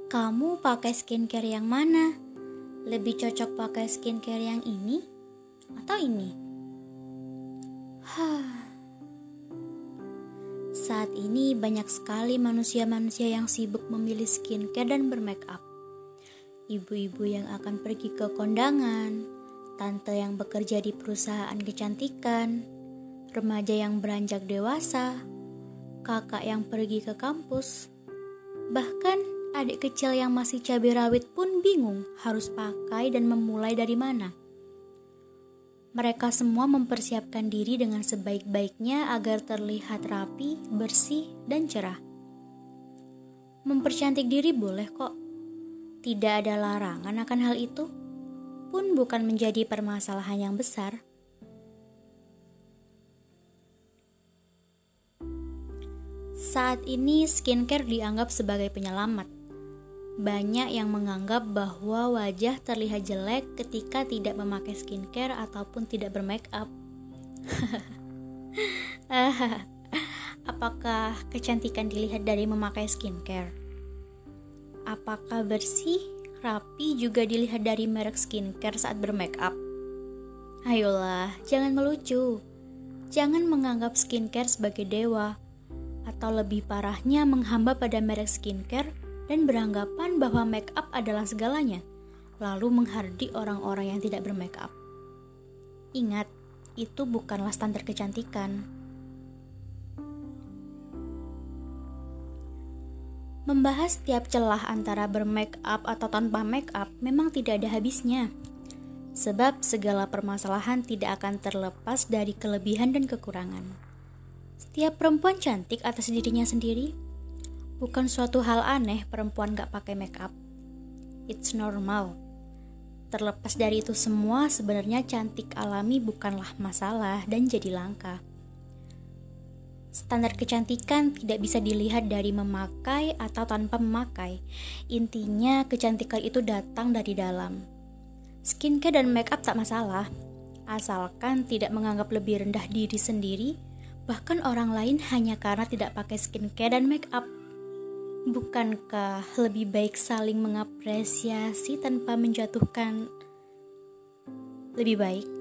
Kamu pakai skincare yang mana? Lebih cocok pakai skincare yang ini atau ini? Saat ini banyak sekali manusia-manusia yang sibuk memilih skincare dan bermake up. Ibu-ibu yang akan pergi ke kondangan, tante yang bekerja di perusahaan kecantikan, remaja yang beranjak dewasa, kakak yang pergi ke kampus, bahkan adik kecil yang masih cabai rawit pun bingung harus pakai dan memulai dari mana. Mereka semua mempersiapkan diri dengan sebaik-baiknya agar terlihat rapi, bersih, dan cerah. Mempercantik diri boleh kok. Tidak ada larangan akan hal itu, pun bukan menjadi permasalahan yang besar. Saat ini skincare dianggap sebagai penyelamat. Banyak yang menganggap bahwa wajah terlihat jelek ketika tidak memakai skincare ataupun tidak bermake up. Apakah kecantikan dilihat dari memakai skincare? Apakah bersih, rapi juga dilihat dari merek skincare saat bermake up? Ayolah, jangan melucu. Jangan menganggap skincare sebagai dewa, atau lebih parahnya menghamba pada merek skincare dan beranggapan bahwa make up adalah segalanya, lalu menghardik orang-orang yang tidak bermake up. Ingat, itu bukanlah standar kecantikan. Membahas tiap celah antara bermake up atau tanpa make up memang tidak ada habisnya. Sebab segala permasalahan tidak akan terlepas dari kelebihan dan kekurangan. Setiap perempuan cantik atas dirinya sendiri. Bukan suatu hal aneh perempuan gak pakai make up. It's normal. Terlepas dari itu semua, sebenarnya cantik alami bukanlah masalah dan jadi langka. Standar kecantikan tidak bisa dilihat dari memakai atau tanpa memakai. Intinya kecantikan itu datang dari dalam. Skincare dan make up tak masalah, asalkan tidak menganggap lebih rendah diri sendiri, bahkan orang lain hanya karena tidak pakai skincare dan make up. Bukankah lebih baik saling mengapresiasi tanpa menjatuhkan lebih baik?